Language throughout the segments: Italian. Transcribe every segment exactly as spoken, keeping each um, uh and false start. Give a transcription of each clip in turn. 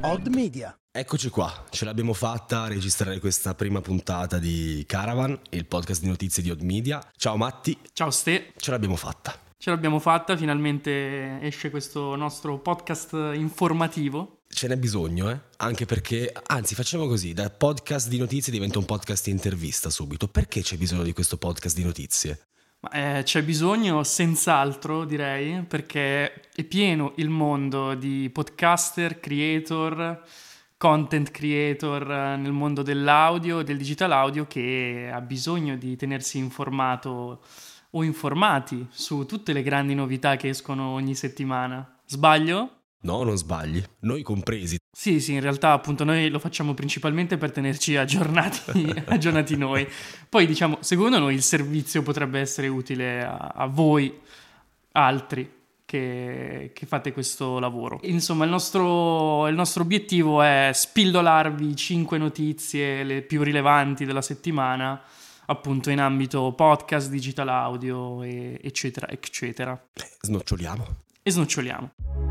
Odd Media. Eccoci qua, ce l'abbiamo fatta a registrare questa prima puntata di Caravan, il podcast di notizie di Odd Media. Ciao Matti. Ciao Ste. Ce l'abbiamo fatta. Ce l'abbiamo fatta, finalmente esce questo nostro podcast informativo. Ce n'è bisogno, eh? Anche perché, anzi facciamo così, da podcast di notizie diventa un podcast di intervista subito. Perché c'è bisogno di questo podcast di notizie? Ma, eh, c'è bisogno senz'altro, direi, perché è pieno il mondo di podcaster, creator, content creator nel mondo dell'audio e del digital audio che ha bisogno di tenersi informato o informati su tutte le grandi novità che escono ogni settimana. Sbaglio? No, non sbagli, noi compresi. Sì, sì, in realtà appunto noi lo facciamo principalmente per tenerci aggiornati, aggiornati noi. Poi diciamo, secondo noi il servizio potrebbe essere utile a, a voi altri che, che fate questo lavoro. Insomma, il nostro, il nostro obiettivo è spildolarvi cinque notizie, le più rilevanti della settimana, appunto in ambito podcast, digital audio, e, eccetera, eccetera. Snoccioliamo. E snoccioliamo.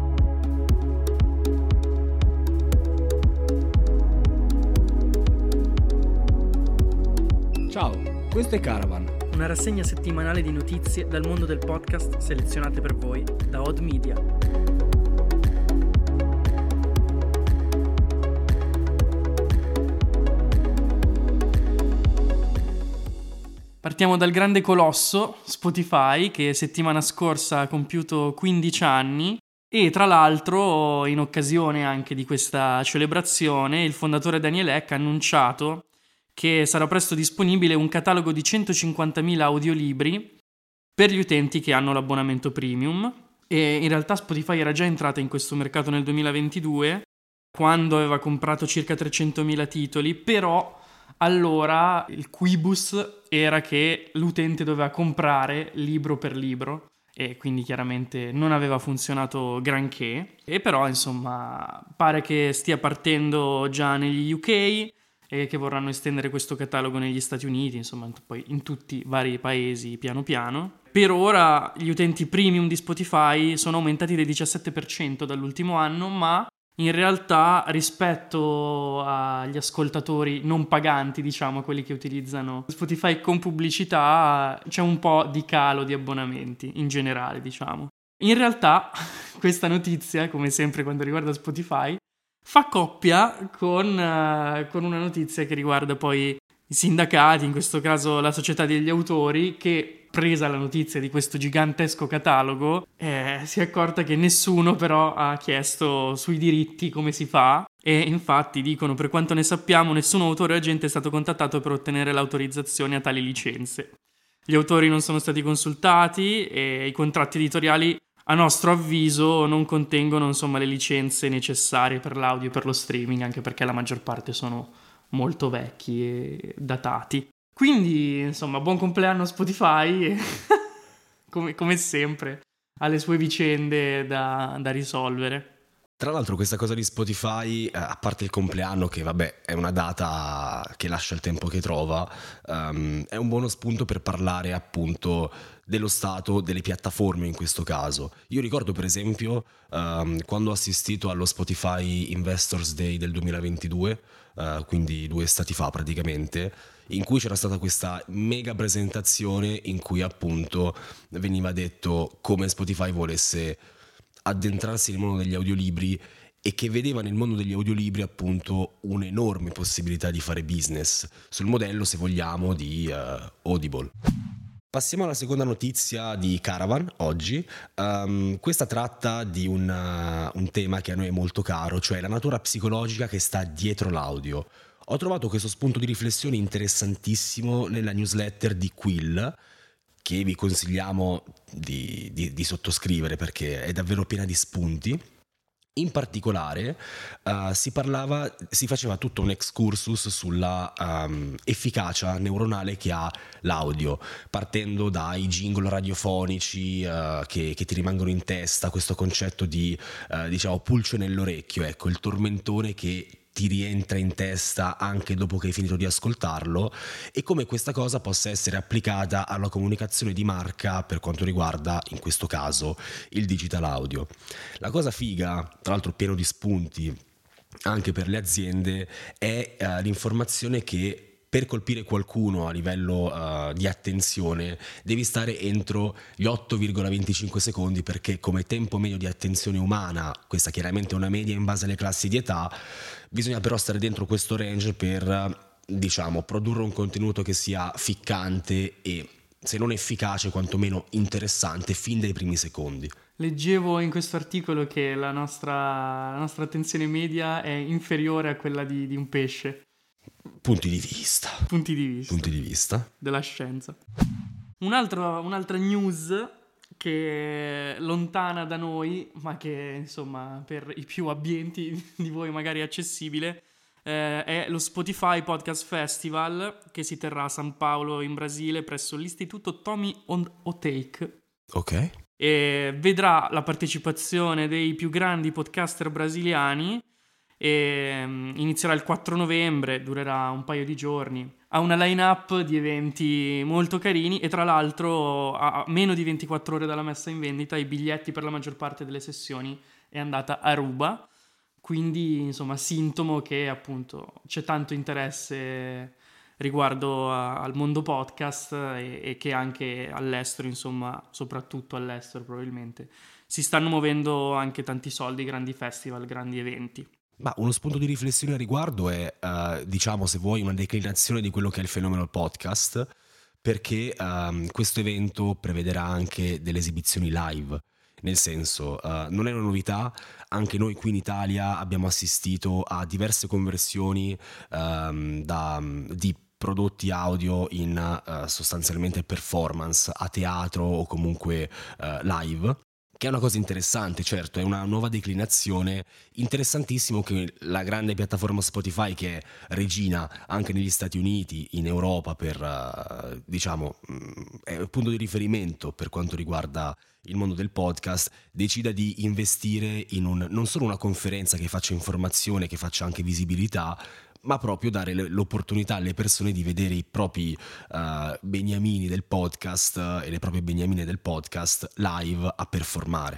Ciao, questo è Caravan. Una rassegna settimanale di notizie dal mondo del podcast selezionate per voi da Odd Media. Partiamo dal grande colosso Spotify, che settimana scorsa ha compiuto quindici anni e tra l'altro in occasione anche di questa celebrazione il fondatore Daniel Ek ha annunciato che sarà presto disponibile un catalogo di centocinquantamila audiolibri per gli utenti che hanno l'abbonamento premium. E in realtà Spotify era già entrata in questo mercato nel duemilaventidue, quando aveva comprato circa trecentomila titoli, però allora il quibus era che l'utente doveva comprare libro per libro e quindi chiaramente non aveva funzionato granché. E però insomma pare che stia partendo già negli U K e che vorranno estendere questo catalogo negli Stati Uniti, insomma poi in tutti i vari paesi piano piano. Per ora gli utenti premium di Spotify sono aumentati del diciassette per cento dall'ultimo anno, ma in realtà rispetto agli ascoltatori non paganti, diciamo quelli che utilizzano Spotify con pubblicità, c'è un po' di calo di abbonamenti in generale, diciamo. In realtà questa notizia, come sempre quando riguarda Spotify, fa coppia con, uh, con una notizia che riguarda poi i sindacati, in questo caso la società degli autori, che presa la notizia di questo gigantesco catalogo eh, si è accorta che nessuno però ha chiesto sui diritti come si fa, e infatti dicono: per quanto ne sappiamo nessun autore o agente è stato contattato per ottenere l'autorizzazione a tali licenze. Gli autori non sono stati consultati e i contratti editoriali a nostro avviso non contengono insomma le licenze necessarie per l'audio e per lo streaming, anche perché la maggior parte sono molto vecchi e datati. Quindi insomma buon compleanno Spotify e come, come sempre ha le sue vicende da, da risolvere. Tra l'altro questa cosa di Spotify, eh, a parte il compleanno che vabbè è una data che lascia il tempo che trova, um, è un buono spunto per parlare appunto dello stato delle piattaforme in questo caso. Io ricordo per esempio um, quando ho assistito allo Spotify Investors Day del duemilaventidue, uh, quindi due estati fa praticamente, in cui c'era stata questa mega presentazione in cui appunto veniva detto come Spotify volesse addentrarsi nel mondo degli audiolibri e che vedeva nel mondo degli audiolibri appunto un'enorme possibilità di fare business sul modello, se vogliamo, di uh, Audible. Passiamo alla seconda notizia di Caravan oggi. Um, questa tratta di un, uh, un tema che a noi è molto caro, cioè la natura psicologica che sta dietro l'audio. Ho trovato questo spunto di riflessione interessantissimo nella newsletter di Quill, che vi consigliamo di, di, di sottoscrivere perché è davvero piena di spunti. In particolare uh, si parlava, si faceva tutto un excursus sulla um, efficacia neuronale che ha l'audio, partendo dai jingle radiofonici uh, che, che ti rimangono in testa, questo concetto di uh, diciamo pulce nell'orecchio, ecco, il tormentone che ti rientra in testa anche dopo che hai finito di ascoltarlo, e come questa cosa possa essere applicata alla comunicazione di marca per quanto riguarda, in questo caso, il digital audio. La cosa figa, tra l'altro pieno di spunti, anche per le aziende è uh, l'informazione che per colpire qualcuno a livello uh, di attenzione devi stare entro gli otto virgola venticinque secondi, perché come tempo medio di attenzione umana, questa chiaramente è una media in base alle classi di età, bisogna però stare dentro questo range per, diciamo, produrre un contenuto che sia ficcante e, se non efficace, quantomeno interessante fin dai primi secondi. Leggevo in questo articolo che la nostra, la nostra attenzione media è inferiore a quella di, di un pesce. Punti di vista. Punti di vista. Punti di vista. Della scienza. Un altro, un'altra news che è lontana da noi, ma che insomma per i più abbienti di voi magari è accessibile, eh, è lo Spotify Podcast Festival, che si terrà a San Paolo in Brasile presso l'istituto Tommy Otake. Ok. E vedrà la partecipazione dei più grandi podcaster brasiliani. E inizierà il quattro novembre, durerà un paio di giorni, ha una line-up di eventi molto carini e tra l'altro a meno di ventiquattro ore dalla messa in vendita i biglietti per la maggior parte delle sessioni è andata a ruba, quindi insomma sintomo che appunto c'è tanto interesse riguardo a, al mondo podcast e, e che anche all'estero, insomma soprattutto all'estero probabilmente, si stanno muovendo anche tanti soldi, grandi festival, grandi eventi. Ma uno spunto di riflessione a riguardo è, uh, diciamo, se vuoi, una declinazione di quello che è il fenomeno podcast, perché um, questo evento prevederà anche delle esibizioni live, nel senso, uh, non è una novità, anche noi qui in Italia abbiamo assistito a diverse conversioni um, da, di prodotti audio in uh, sostanzialmente performance, a teatro o comunque uh, live. Che è una cosa interessante, certo, è una nuova declinazione, interessantissimo che la grande piattaforma Spotify, che è regina anche negli Stati Uniti, in Europa, per, uh, diciamo, è il punto di riferimento per quanto riguarda il mondo del podcast, decida di investire in un, non solo una conferenza che faccia informazione, che faccia anche visibilità, ma proprio dare l'opportunità alle persone di vedere i propri uh, beniamini del podcast uh, e le proprie beniamine del podcast live a performare.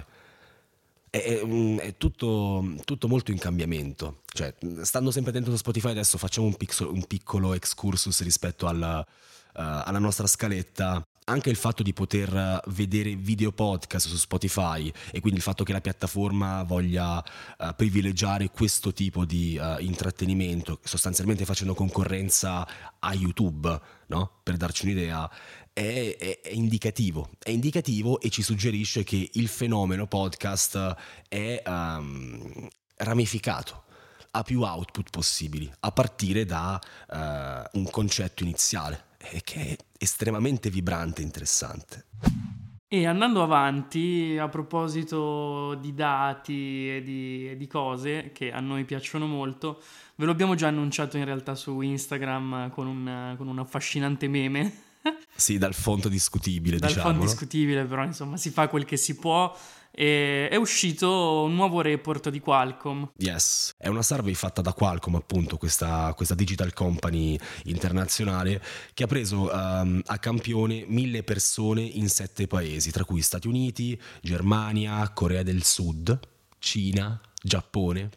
È, è, è tutto, tutto molto in cambiamento. Cioè, stando sempre dentro Spotify, adesso facciamo un, pixel, un piccolo excursus rispetto al, uh, alla nostra scaletta. Anche il fatto di poter vedere video podcast su Spotify e quindi il fatto che la piattaforma voglia uh, privilegiare questo tipo di uh, intrattenimento, sostanzialmente facendo concorrenza a YouTube, no? Per darci un'idea, è, è, è indicativo, è indicativo e ci suggerisce che il fenomeno podcast è um, ramificato, ha più output possibili, a partire da uh, un concetto iniziale, e che è estremamente vibrante e interessante. E andando avanti, a proposito di dati e di, e di cose che a noi piacciono molto, ve lo abbiamo già annunciato in realtà su Instagram con un, con un affascinante meme. Sì, dal fonte discutibile, dal diciamo. Dal fonte discutibile, però insomma si fa quel che si può. E è uscito un nuovo report di Qualcomm. Yes, è una survey fatta da Qualcomm, appunto, questa, questa digital company internazionale che ha preso um, a campione mille persone in sette paesi, tra cui Stati Uniti, Germania, Corea del Sud, Cina, Giappone,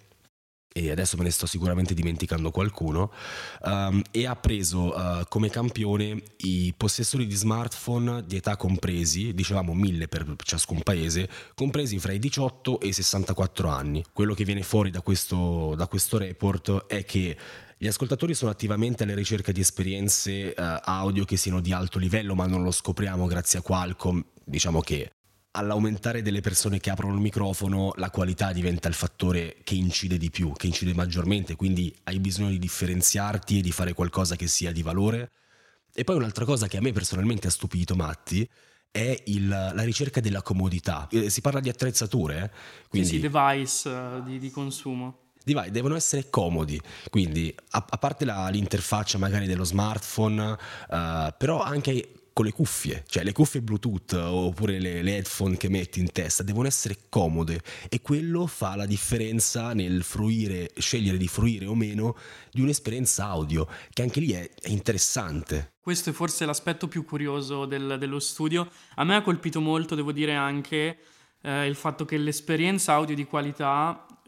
e adesso me ne sto sicuramente dimenticando qualcuno, um, e ha preso uh, come campione i possessori di smartphone di età compresi, dicevamo mille per ciascun paese, compresi fra i diciotto e i sessantaquattro anni. Quello che viene fuori da questo, da questo report è che gli ascoltatori sono attivamente alla ricerca di esperienze uh, audio che siano di alto livello, ma non lo scopriamo grazie a Qualcomm. Diciamo che all'aumentare delle persone che aprono il microfono, la qualità diventa il fattore che incide di più, che incide maggiormente, quindi hai bisogno di differenziarti e di fare qualcosa che sia di valore. E poi un'altra cosa che a me personalmente ha stupito, Matti, è il, la ricerca della comodità. Eh, si parla di attrezzature, eh? Quindi sì, sì, device uh, di, di consumo. Device devono essere comodi, quindi a, a parte la, l'interfaccia magari dello smartphone, uh, però anche con le cuffie, cioè le cuffie Bluetooth oppure le, le headphone che metti in testa devono essere comode, e quello fa la differenza nel fruire, scegliere di fruire o meno di un'esperienza audio, che anche lì è, è interessante. Questo è forse l'aspetto più curioso del, dello studio. A me ha colpito molto, devo dire, anche eh, il fatto che l'esperienza audio di qualità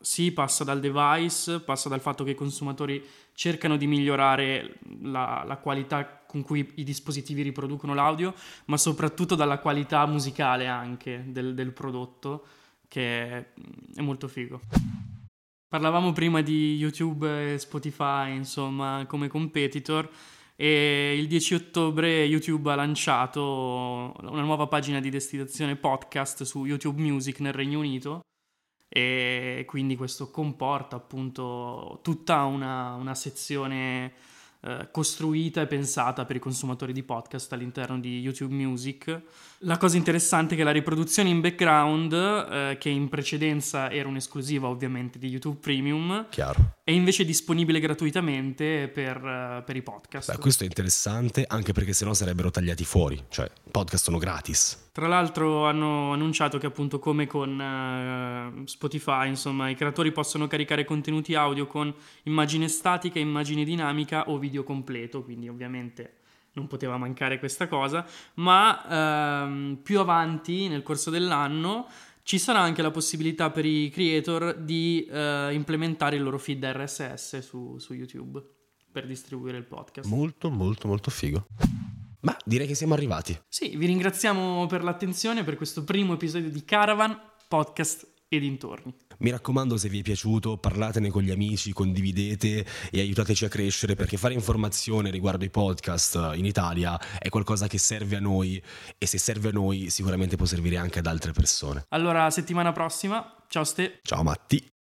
sì, passa dal device, passa dal fatto che i consumatori cercano di migliorare la, la qualità con cui i dispositivi riproducono l'audio, ma soprattutto dalla qualità musicale anche del, del prodotto, che è, è molto figo. Parlavamo prima di YouTube e Spotify, insomma, come competitor, e il dieci ottobre YouTube ha lanciato una nuova pagina di destinazione podcast su YouTube Music nel Regno Unito, e quindi questo comporta appunto tutta una, una sezione eh, costruita e pensata per i consumatori di podcast all'interno di YouTube Music. La cosa interessante è che la riproduzione in background, eh, che in precedenza era un'esclusiva ovviamente di YouTube Premium, Chiaro. è invece disponibile gratuitamente per, uh, per i podcast. Beh, questo è interessante, anche perché sennò sarebbero tagliati fuori, cioè i podcast sono gratis. Tra l'altro hanno annunciato che appunto come con uh, Spotify, insomma, i creatori possono caricare contenuti audio con immagine statica, immagine dinamica o video completo, quindi ovviamente non poteva mancare questa cosa, ma uh, più avanti nel corso dell'anno ci sarà anche la possibilità per i creator di uh, implementare il loro feed R S S su, su YouTube per distribuire il podcast. Molto, molto, molto figo. Ma direi che siamo arrivati. Sì, vi ringraziamo per l'attenzione per questo primo episodio di Caravan, podcast e dintorni. Mi raccomando, se vi è piaciuto, parlatene con gli amici, condividete e aiutateci a crescere, perché fare informazione riguardo i podcast in Italia è qualcosa che serve a noi, e se serve a noi sicuramente può servire anche ad altre persone. Allora, settimana prossima, ciao Ste. Ciao Matti.